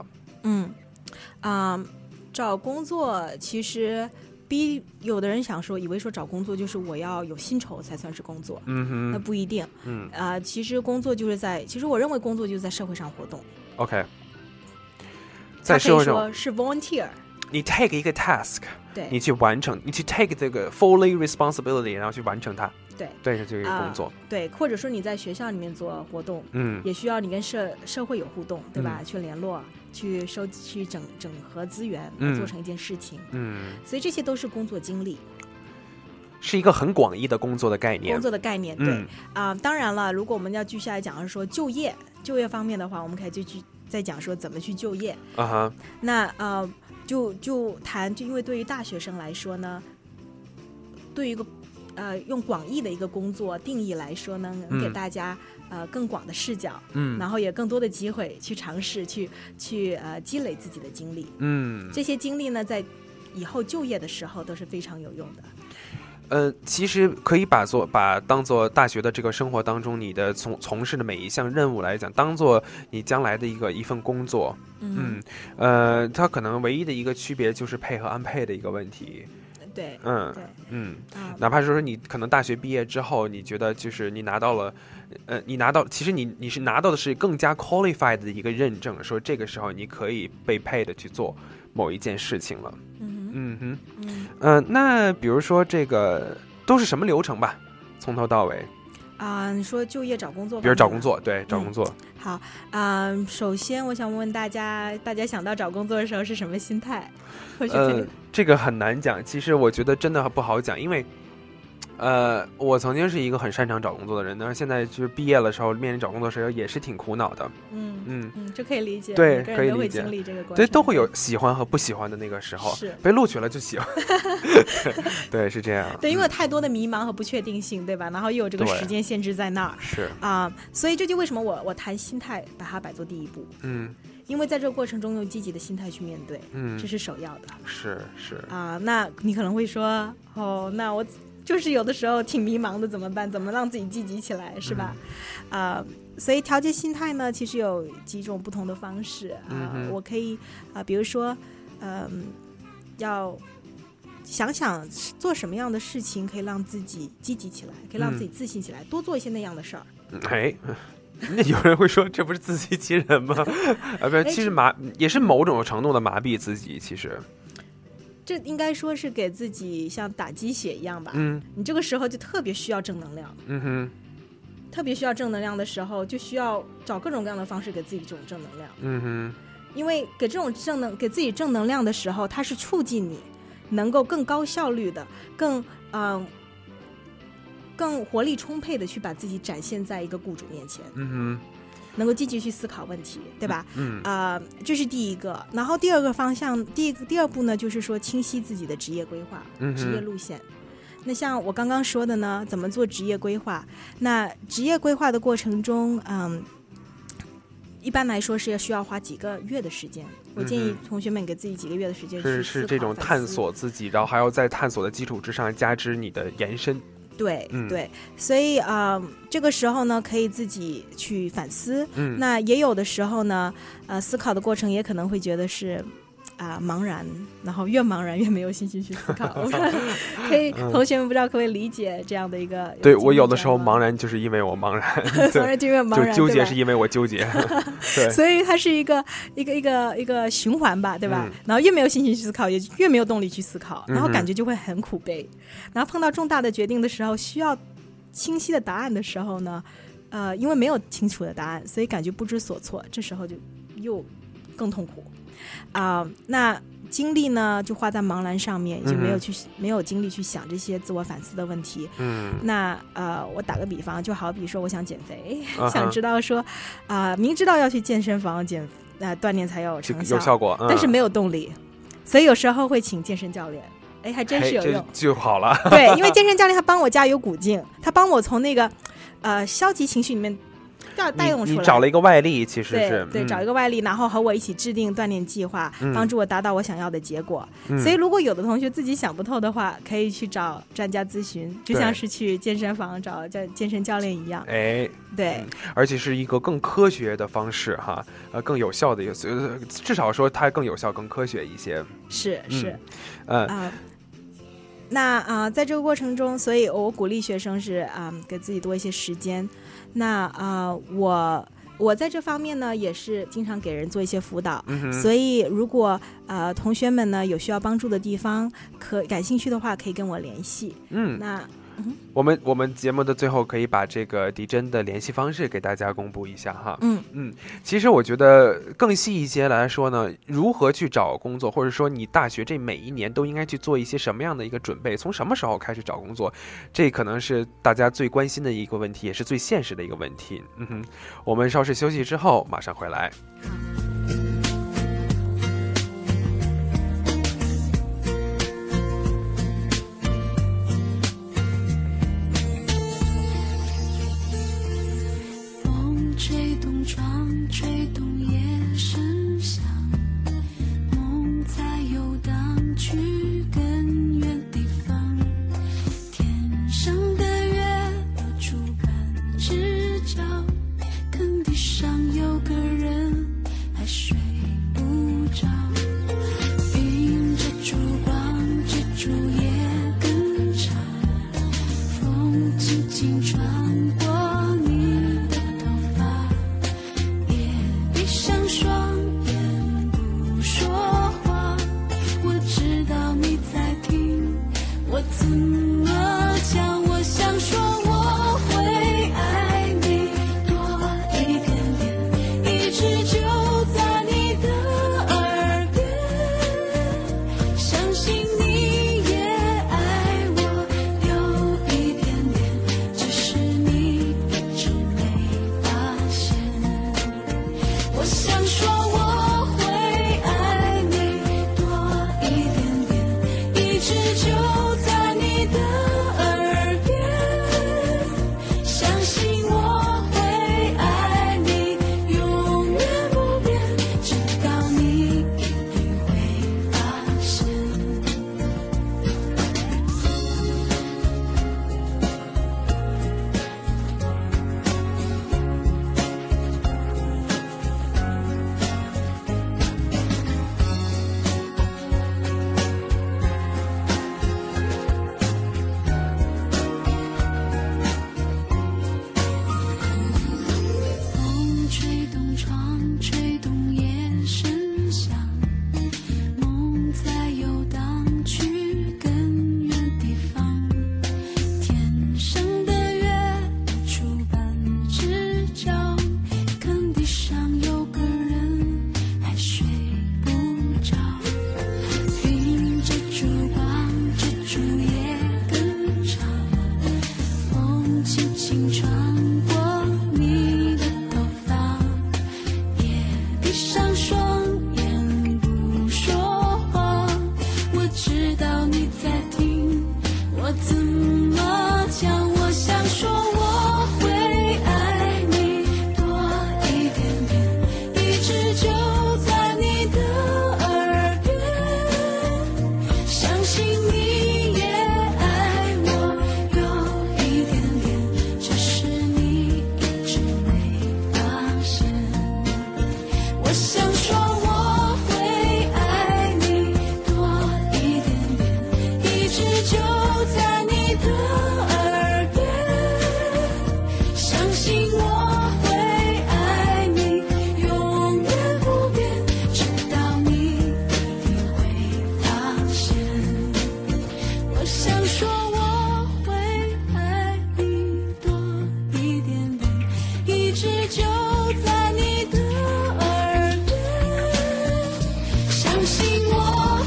找工作其实有的人以为说找工作就是我要有薪酬才算是工作，那不一定。其实工作就是其实我认为工作就是在社会上活动。 OK， 在社会上说是 volunteer， 你 take 一个 task， 对， 你去完成，你去 take 这个 fully responsibility， 然后去完成它。对，这个工作。 对，或者说你在学校里面做活动，也需要你跟社会有互动，对吧？去联络。去整合资源，做成一件事情。所以这些都是工作经历， 是一个很广义的工作的概念。 对。当然了，如果我们要继续来讲说就业方面的话，我们可以再讲说怎么去就业。那就谈，因为对于大学生来说呢，对于一个用广义的一个工作定义来说呢，能给大家更广的视角，然后也更多的机会去尝试去积累自己的经历。这些经历呢，在以后就业的时候都是非常有用的。 其实可以把当做大学的这个生活当中，你的从事的每一项任务来讲，当做你将来的一份工作。它可能唯一的一个区别就是配和安配的一个问题。 对， 哪怕说你可能大学毕业之后，你觉得就是你拿到了，其实你是拿到的是更加 qualified 的一个认证，说这个时候你可以被配的去做某一件事情了。那比如说这个都是什么流程吧？从头到尾。 你说就业找工作， 比如找工作，对，找工作。 好，首先我想问大家想到找工作的时候是什么心态？ 这个很难讲，其实我觉得真的不好讲，因为我曾经是一个很擅长找工作的人，但是现在就是毕业的时候面临找工作的时候也是挺苦恼的。 这可以理解， 对， 每个人都会经历这个过程， 对，都会有喜欢和不喜欢的那个时候， 是被录取了就喜欢。对，是这样。 对，因为有太多的迷茫和不确定性，对吧？然后又有这个时间限制在那儿， 是所以这就为什么我谈心态，把它摆作第一步。因为在这个过程中用积极的心态去面对，这是首要的。 是那你可能会说，那我就是有的时候挺迷茫的，怎么办？怎么让自己积极起来，是吧？所以调节心态呢，其实有几种不同的方式我可以比如说要想想做什么样的事情可以让自己积极起来，可以让自己自信起来，多做一些那样的事儿。 那有人会说这不是自欺欺人吗？不，其实也是某种程度的麻痹自己，其实。 这应该说是给自己像打鸡血一样吧。你这个时候就特别需要正能量。特别需要正能量的时候，就需要找各种各样的方式给自己这种正能量。因为给自己正能量的时候，它是促进你能够更高效率的、更活力充沛的去把自己展现在一个雇主面前。能够积极去思考问题，对吧？这是第一个。然后第二个方向，第二步呢，就是说清晰自己的职业规划、职业路线。那像我刚刚说的呢，怎么做职业规划？那职业规划的过程中，一般来说是需要花几个月的时间。我建议同学们给自己几个月的时间去思考， 是这种探索自己，然后还要在探索的基础之上加之你的延伸。 对，所以这个时候呢，可以自己去反思。那也有的时候呢，思考的过程也可能会觉得是茫然，然后越茫然越没有信心去思考。可以，同学们不知道可不可以理解这样的一个？ 对，我有的时候茫然就是因为我茫然， 茫然就因为茫然， 就纠结是因为我纠结。对， 所以它是一个循环吧，对吧？然后越没有信心去思考，也越没有动力去思考，然后感觉就会很苦悲。然后碰到重大的决定的时候，需要清晰的答案的时候呢，因为没有清楚的答案，所以感觉不知所措，这时候就又更痛苦。那精力呢就花在茫然上面，已经没有精力去想这些自我反思的问题。那我打个比方，就好比说我想减肥，想知道说明知道要去健身房锻炼才有成效， 有效果， 但是没有动力，所以有时候会请健身教练。还真是有用， 就好了。 对，因为健身教练他帮我加油鼓劲，他帮我从那个消极情绪里面带动出来。 你找了一个外力，其实是对，找一个外力，然后和我一起制定锻炼计划，帮助我达到我想要的结果。所以如果有的同学自己想不透的话，可以去找专家咨询，就像是去健身房找健身教练一样。对， 而且是一个更科学的方式哈，更有效的一个，至少说它更有效、更科学一些。 是，那在这个过程中，所以我鼓励学生是给自己多一些时间。那我在这方面呢，也是经常给人做一些辅导。所以如果同学们呢有需要帮助的地方，感兴趣的话，可以跟我联系。那我们节目的最后可以把这个迪珍的联系方式给大家公布一下哈。其实我觉得更细一些来说呢，如何去找工作，或者说你大学这每一年都应该去做一些什么样的一个准备，从什么时候开始找工作，这可能是大家最关心的一个问题，也是最现实的一个问题。我们稍事休息之后马上回来。 吹动夜声响，梦在游荡去更远地方，天上的月露出半只脚，坑地上有个人还睡不着，迎着烛光蜘蛛也更长，风轻轻穿过你的头发，双眼不说话，我知道你在听，我怎么讲？我想说我会爱你多一点点，一直就在你的耳边，相信你也爱我有一点点，只是你一直没发现。我想说我会爱你多一点点，一直就在你的耳边，相信我会爱你永远不变，直到你一定会发现。风吹动窗，吹动夜声响，梦在游荡去更远地方，天上的月露出半只脚，坑地上有个人还睡不着，迎着烛光蜘蛛也更长，风轻轻穿过你的头发，也闭上双眼不说话，我知道你在听，我怎么讲？我想说我会爱你多一点点，一直就在你的耳边，相信你也爱我有一点点，只是你一直没发现。我想说我会爱你多一点点，一直就在你的耳边，相信我会爱你永远不变，直到你一定会发现。我想说我会爱你多一点点，一直就在你的耳边，相信我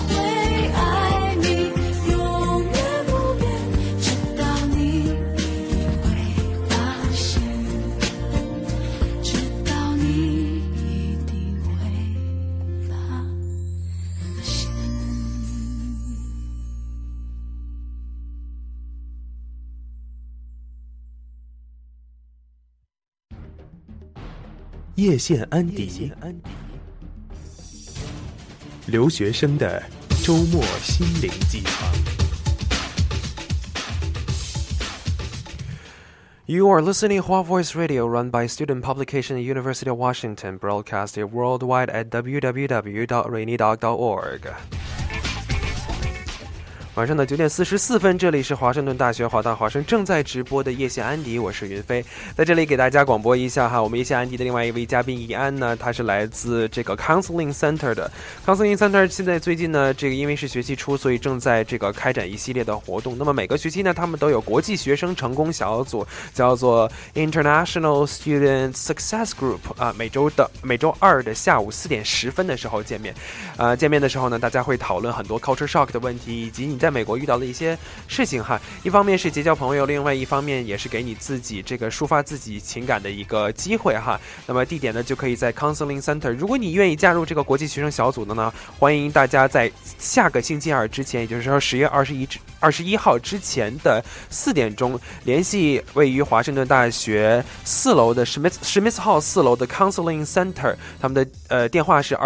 叶县安迪，留学生的周末心灵鸡汤。 You are listening to Hua Voice Radio, run by student publication at University of Washington, broadcasted worldwide at www.rainydog.org. 晚上的9点44分，这里是华盛顿大学华大华生正在直播的叶县安迪，我是云飞，在这里给大家广播一下哈，我们叶县安迪的另外一位嘉宾怡安呢，他是来自这个 Counseling Center 的 Counseling Center， 现在最近呢，这个因为是学期初，所以正在这个开展一系列的活动。那么每个学期呢，他们都有国际学生成功小组，叫做 International Student Success Group 啊，每周二的下午4点10分的时候见面。见面的时候呢，大家会讨论很多 culture shock 的问题，以及你在美国遇到的一些事情哈。一方面是结交朋友，另外一方面也是给你自己这个抒发自己情感的一个机会哈。那么地点呢，就可以在 Counseling Center。如果你愿意加入这个国际学生小组的呢，欢迎大家在下个星期二之前，也就是说10月21号之前的4点钟，联系位于华盛顿大学4楼的 Schmitz Hall 4楼的 Counseling Center， 他们的电话是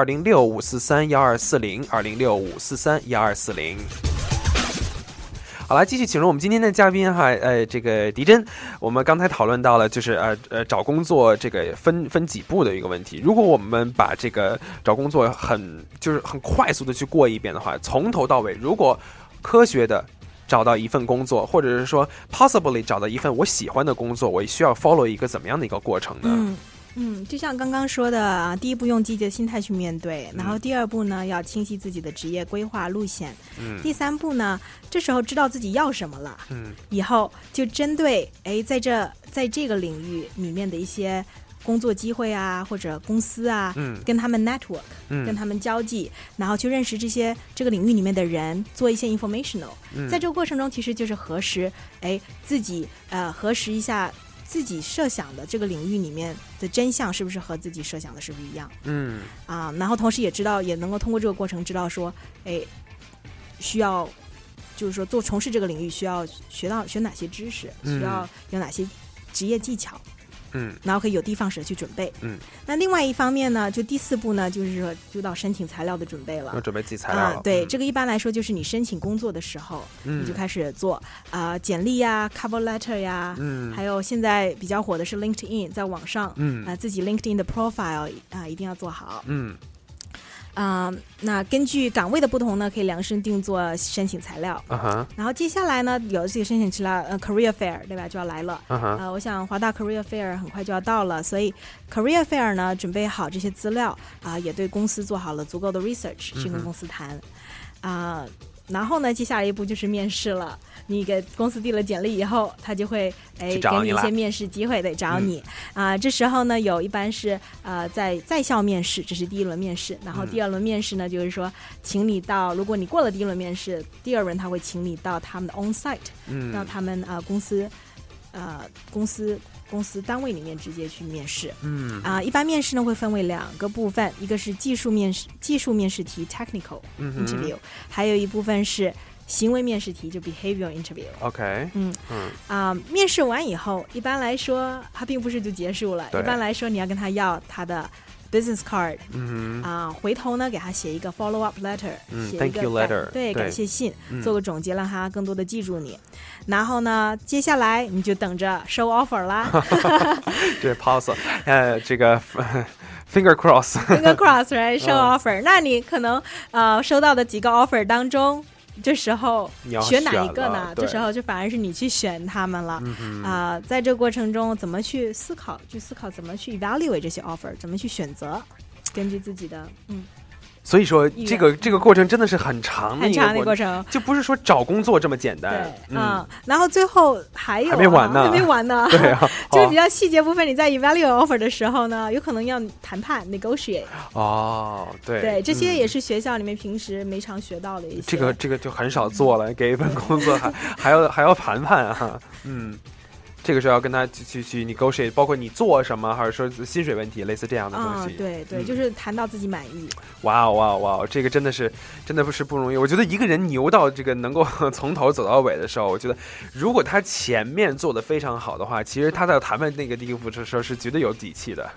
206-543-1240，206-543-1240。好了，继续请入我们今天的嘉宾哈，这个狄真。我们刚才讨论到了，就是找工作这个分几步的一个问题。如果我们把这个找工作很快速的去过一遍的话，从头到尾，如果科学的找到一份工作，或者是说 possibly 找到一份我喜欢的工作，我需要 follow 一个怎么样的一个过程呢？ 就像刚刚说的啊，第一步用积极的心态去面对，然后第二步呢要清晰自己的职业规划路线，第三步呢这时候知道自己要什么了，以后就针对在这个领域里面的一些工作机会啊或者公司啊，跟他们 network，跟他们交际，然后去认识这个领域里面的人，做一些 informational，在这个过程中其实就是核实自己核实一下自己设想的这个领域里面的真相是不是和自己设想的是不是一样，然后同时也能够通过这个过程知道说需要就是说从事这个领域需要学哪些知识，需要有哪些职业技巧，然后可以有的放矢的去准备。那另外一方面呢，就第4步呢，就是说就到申请材料的准备了。要准备自己材料了。 对，这个一般来说就是你申请工作的时候，你就开始做简历呀、cover letter 呀，还有现在比较火的是 LinkedIn， 在网上，自己 LinkedIn 的 profile 一定要做好。那根据岗位的不同呢，可以量身定做申请材料。然后接下来呢，有这个申请材料career fair 对吧，就要来了。我想华大 career fair 很快就要到了，所以 career fair 呢，准备好这些资料也对公司做好了足够的 research，去跟公司谈然后呢，接下来一步就是面试了。你给公司递了简历以后，他就会给你一些面试机会，对，找你这时候呢，一般是在校面试，这是第一轮面试。然后第二轮面试呢，就是说请你到，如果你过了第一轮面试，第二轮他会请你到他们的 on site，到他们公司单位里面直接去面试。一般面试呢会分为2个部分，一个是技术面试题 technical interview，还有一部分是行为面试题，就 behavioral interview。OK， 面试完以后，一般来说它并不是就结束了，一般来说你要跟他要他的business card，回头呢给他写一个 follow up letter，写一个 thank you letter， 对，感谢信，做个总结，让他更多的记住你。然后呢，接下来你就等着收 offer 啦。 这 pause， 这个finger cross， 收 offer。那你可能收到的几个 offer 当中，这时候选哪一个呢？这时候就反而是你去选他们了。在这个过程中怎么去思考怎么去 evaluate 这些 offer， 怎么去选择，根据自己的所以说这个过程真的是很长的一个过程， 就不是说找工作这么简单。 对，然后最后还没完呢。 对啊， 就是比较细节部分，你在 evaluate offer 的时候呢，有可能要谈判 negotiate。对，这些也是学校里面平时没常学到的一些。 这个就很少做了，给一份工作还要谈判啊。 这个时候要跟他去 negotiate， 包括你做什么，或者说薪水问题，类似这样的东西。 对对，就是谈到自己满意。 哇哇，这个真的不是不容易。我觉得一个人牛到这个能够从头走到尾的时候，我觉得如果他前面做得非常好的话，其实他在谈判那个地步的时候是绝对有底气的。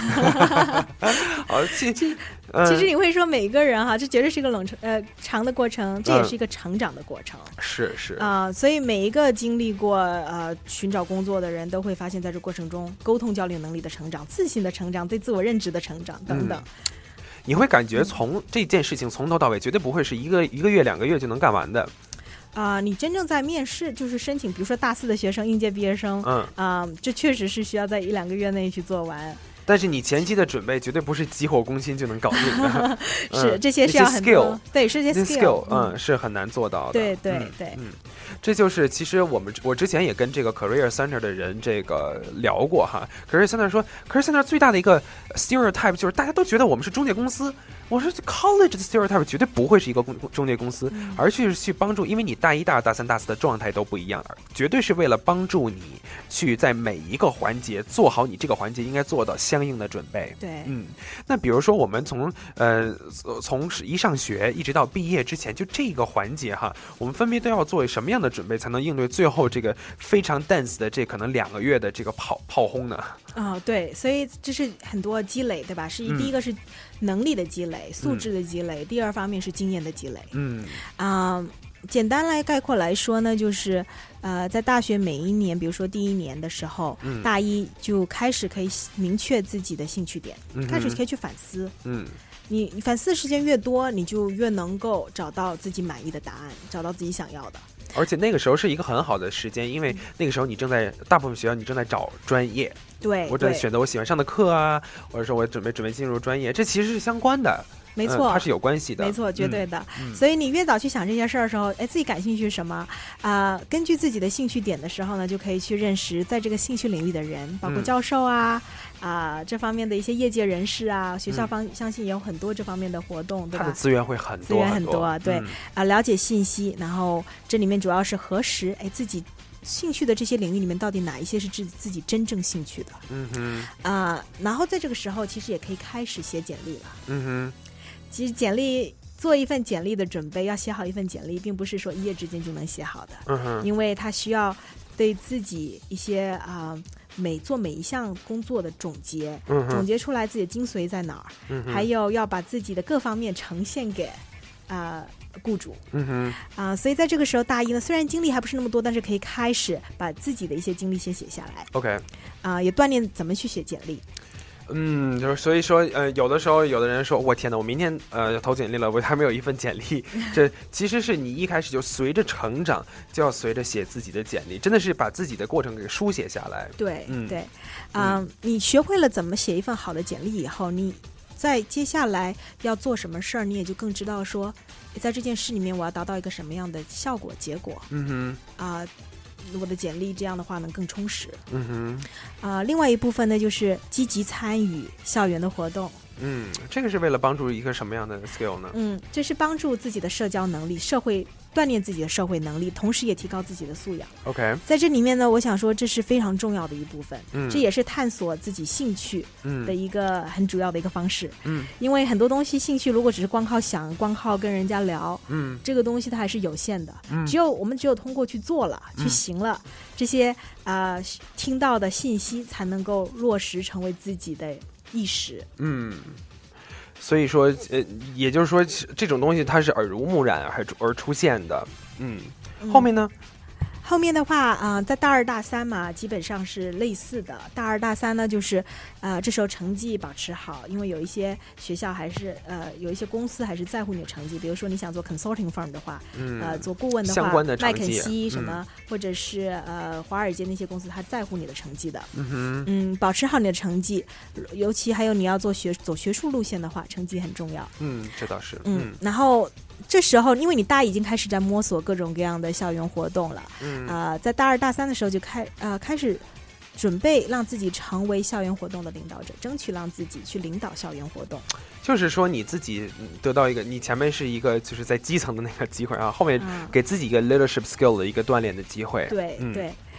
好，其实你会说每一个人哈，这绝对是一个长的过程，这也是一个成长的过程。 是所以每一个经历过寻找工作的人都会发现，在这过程中，沟通交流能力的成长、自信的成长、对自我认知的成长等等。 你会感觉从这件事情从头到尾绝对不会是一个月2个月就能干完的。 你真正在面试，就是申请，比如说大4的学生、应届毕业生，这确实是需要在1-2个月内去做完。 但是你前期的准备绝对不是急火攻心就能搞定的。 是这些是要很多，对，是这些 skill， 是很难做到的。 对， 这就是其实我之前也跟这个 Career Center 的人这个聊过哈。Career Center 说 ，Career Center 最大的一个 stereotype 就是大家都觉得我们是中介公司。我说 college 的 stereotype 绝对不会是一个中介公司，而去帮助，因为你大1、大2、大3、大4的状态都不一样，绝对是为了帮助你去在每一个环节做好你这个环节应该做到相应的准备。 对， 那比如说我们从一上学一直到毕业之前，就这个环节哈，我们分别都要做什么样的准备，才能应对最后这个非常 dense 的这可能2个月的这个炮轰呢？ 对，所以这是很多积累，对吧？第一个是能力的积累、素质的积累，第二方面是经验的积累。简单来概括来说呢，就是在大学每一年，比如说第1年的时候，大1就开始可以明确自己的兴趣点，开始可以去反思。你反思的时间越多，你就越能够找到自己满意的答案，找到自己想要的。 而且那个时候是一个很好的时间，因为那个时候大部分学校你正在找专业， 对， 我在选择我喜欢上的课啊，或者说我准备进入专业，这其实是相关的。 没错， 它是有关系的， 没错，绝对的。所以你越早去想这些事儿的时候，自己感兴趣是什么根据自己的兴趣点的时候呢，就可以去认识在这个兴趣领域的人，包括教授这方面的一些业界人士学校相信也有很多这方面的活动，对吧？ 它的资源会很多， 对了解信息，然后这里面主要是核实自己兴趣的这些领域里面到底哪一些是自己真正兴趣的。然后在这个时候其实也可以开始写简历了。其实做一份简历的准备，要写好一份简历并不是说一夜之间就能写好的。因为它需要对自己一些做每一项工作的总结，总结出来自己的精髓在哪儿，还有要把自己的各方面呈现给雇主。所以在这个时候大1呢，虽然经历还不是那么多，但是可以开始把自己的一些经历先写下来。 OK， 也锻炼怎么去写简历。 就是所以说，有的时候有的人说，我天哪，我明天要投简历了，我还没有一份简历。这其实是你一开始就随着成长，就要随着写自己的简历，真的是把自己的过程给书写下来。 对，你学会了怎么写一份好的简历以后，你在接下来要做什么事儿，你也就更知道说，在这件事里面我要达到一个什么样的效果结果。我的简历这样的话能更充实。另外一部分呢，就是积极参与校园的活动。 这个是为了帮助一个什么样的 skill 呢？ 这是帮助自己的社交能力、锻炼自己的社会能力，同时也提高自己的素养。 OK， 在这里面呢，我想说这是非常重要的一部分。这也是探索自己兴趣的一个很主要的一个方式。因为很多东西兴趣如果只是光靠想、光靠跟人家聊，这个东西它还是有限的。我们只有通过去做了、去行了，这些听到的信息才能够落实成为自己的意识。 所以说也就是说这种东西它是耳濡目染而出现的。后面呢？ 后面的话在大2、大3嘛，基本上是类似的。大2、大3呢，就是这时候成绩保持好，因为有一些学校还是有一些公司还是在乎你的成绩。比如说你想做 consulting firm 的话，做顾问的话， 相关的成绩， 麦肯锡什么，或者是华尔街那些公司，他在乎你的成绩的。保持好你的成绩，尤其还有你要走学术路线的话，成绩很重要。 这倒是。 然后这时候，因为你大1已经开始在摸索各种各样的校园活动了，在大2、大3的时候就开始准备让自己成为校园活动的领导者，争取让自己去领导校园活动。 就是说你自己得到一个，你前面是一个就是在基层的那个机会后面给自己一个 leadership skill 的一个锻炼的机会。 对。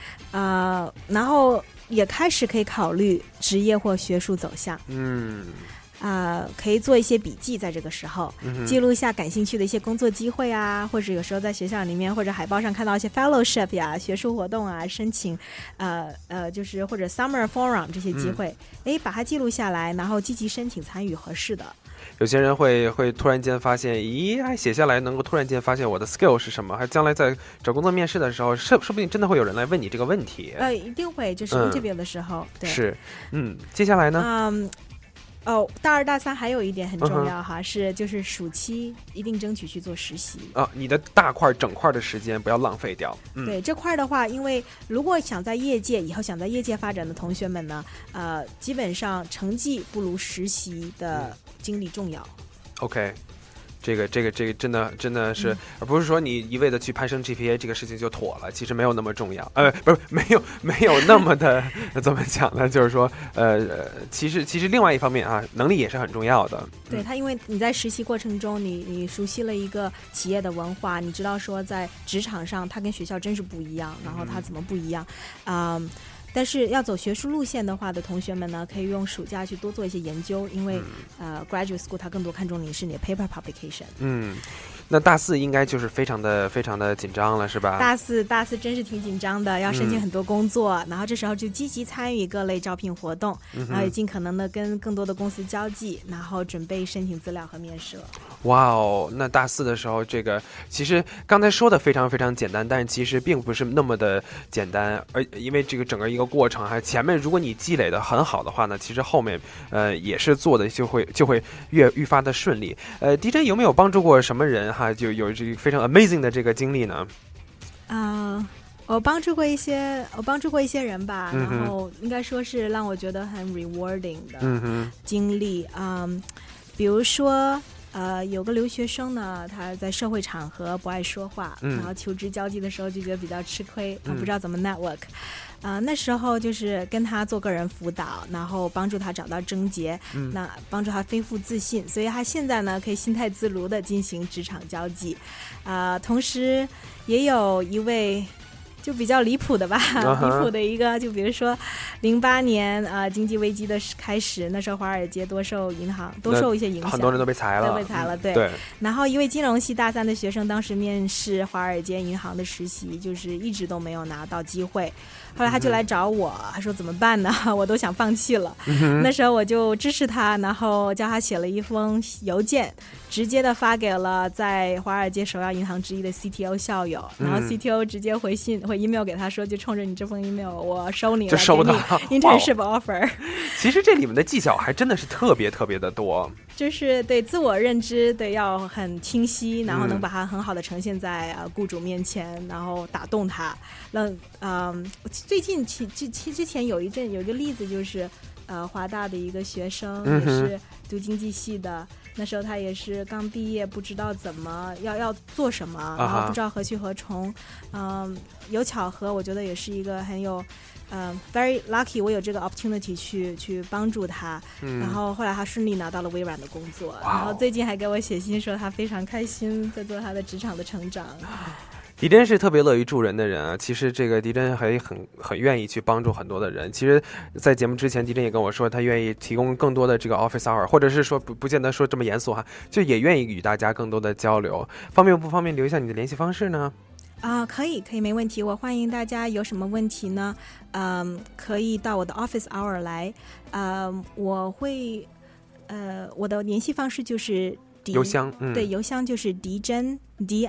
然后也开始可以考虑职业或学术走向。可以做一些笔记，在这个时候记录一下感兴趣的一些工作机会啊，或者有时候在学校里面或者海报上看到一些 fellowship 呀、学术活动啊，申请就是或者 summer forum 这些机会，把它记录下来，然后积极申请参与合适的。 有些人会突然间发现，咦，还写下来能够突然间发现我的 skill 是什么，还将来在找工作面试的时候，说不定真的会有人来问你这个问题。 一定会，就是 interview 的时候，对， 是，接下来呢？ 大二大三还有一点很重要哈，就是暑期一定争取去做实习你的整块的时间不要浪费掉。 对这块的话，因为如果以后想在业界发展的同学们呢，基本上成绩不如实习的经历重要。 OK。这个真的是，而不是说你一味的去攀升 GPA 这个事情就妥了，其实没有那么重要。不是没有那么的怎么讲呢？就是说，其实另外一方面啊，能力也是很重要的。 对他，因为你在实习过程中，你熟悉了一个企业的文化，你知道说在职场上它跟学校真是不一样，然后它怎么不一样，但是要走学术路线的话的同学们呢，可以用暑假去多做一些研究，因为graduate school 它更多看重你是你的 paper publication。 那大四应该就是非常的紧张了，是吧？ 大四真是挺紧张的，要申请很多工作，然后这时候就积极参与各类招聘活动，然后也尽可能的跟更多的公司交际，然后准备申请资料和面试了。 哇哦，那大四的时候，这个其实刚才说的非常非常简单，但是其实并不是那么的简单，因为这个整个一个过程，还前面如果你积累的很好的话呢，其实后面也是做的就会愈发的顺利。DJ 有没有帮助过什么人哈？就有这个非常 amazing 的这个经历呢？ 我帮助过一些人吧，然后应该说是让我觉得很 rewarding 的经历。比如说有个留学生呢，他在社会场合不爱说话，然后求职交际的时候就觉得比较吃亏，不知道怎么 network。那时候就是跟他做个人辅导，然后帮助他找到症结，那帮助他恢复自信，所以他现在呢可以心态自如的进行职场交际。同时也有一位就比较离谱的吧，离谱的一个，就比如说08年经济危机的开始，那时候华尔街多受一些影响， 很多人都被裁了， 对。然后一位金融系大三的学生，当时面试华尔街银行的实习，就是一直都没有拿到机会。后来他就来找我，他说怎么办呢？我都想放弃了。那时候我就支持他，然后叫他写了一封邮件，直接的发给了在华尔街首要银行之一的 CTO 校友，然后 CTO 直接回 email 给他说，就冲着你这封 email 我收你了， 就收到 internship offer。 其实这里面的技巧还真的是特别的多，就是对自我认知对要很清晰，然后能把它很好的呈现在雇主面前，然后打动他。最近之前有一个例子，就是华大的一个学生也是读经济系的，那时候他也是刚毕业，不知道怎么要做什么，然后不知道何去何从。有巧合，我觉得也是一个很有very lucky， 我有这个 opportunity 去帮助他，然后后来他顺利拿到了微软的工作，然后最近还给我写信说他非常开心在做他的职场的成长。 迪珍是特别乐于助人的人啊，其实这个迪珍还很愿意去帮助很多的人。其实在节目之前，迪珍也跟我说他愿意提供更多的这个 office hour， 或者是说不见得说这么严肃哈，就也愿意与大家更多的交流。方便不方便留一下你的联系方式呢？ 可以没问题，我欢迎大家有什么问题呢可以到我的 office hour 来，我会我的联系方式就是邮箱， 对，邮箱就是DIZHEN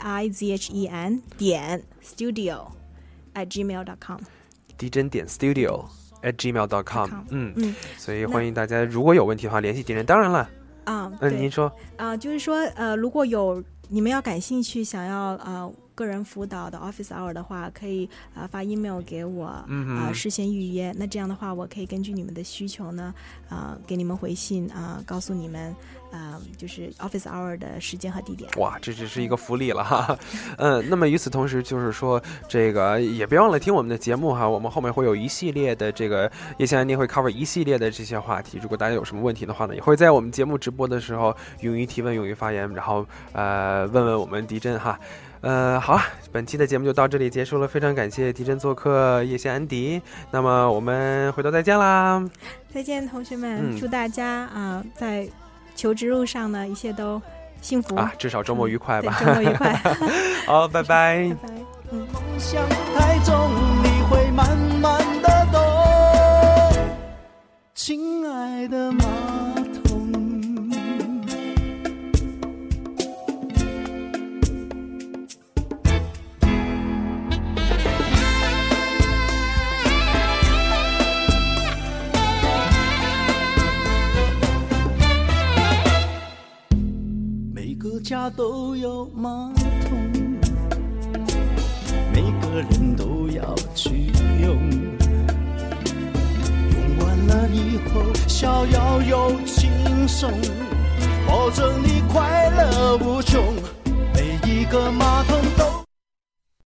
studio@gmail.com， DIZHEN.studio@gmail.com， 所以欢迎大家如果有问题的话联系迪珍。当然了，您说就是说如果有你们要感兴趣想要个人辅导的 office hour 的话，可以发 email 给我，事先预约。那这样的话，我可以根据你们的需求呢，给你们回信告诉你们，就是 office hour 的时间和地点。 哇，这只是一个福利了哈。那么与此同时，就是说这个也别忘了听我们的节目哈，我们后面会有一系列的这个叶先安会 cover 一系列的这些话题。如果大家有什么问题的话呢，也会在我们节目直播的时候勇于提问、勇于发言，然后问问我们迪珍哈。 好，本期的节目就到这里结束了，非常感谢提前做客叶县安迪，那么我们回头再见啦！ 再见，同学们，祝大家在求职路上呢一切都幸福啊， 至少周末愉快吧， 周末愉快。 好，拜拜。 拜拜。 梦想太重，你会慢慢的懂，亲爱的马桶。每个家都有马桶，每个人都要去用，用完了以后逍遥又轻松，保证你快乐无穷。每一个马桶都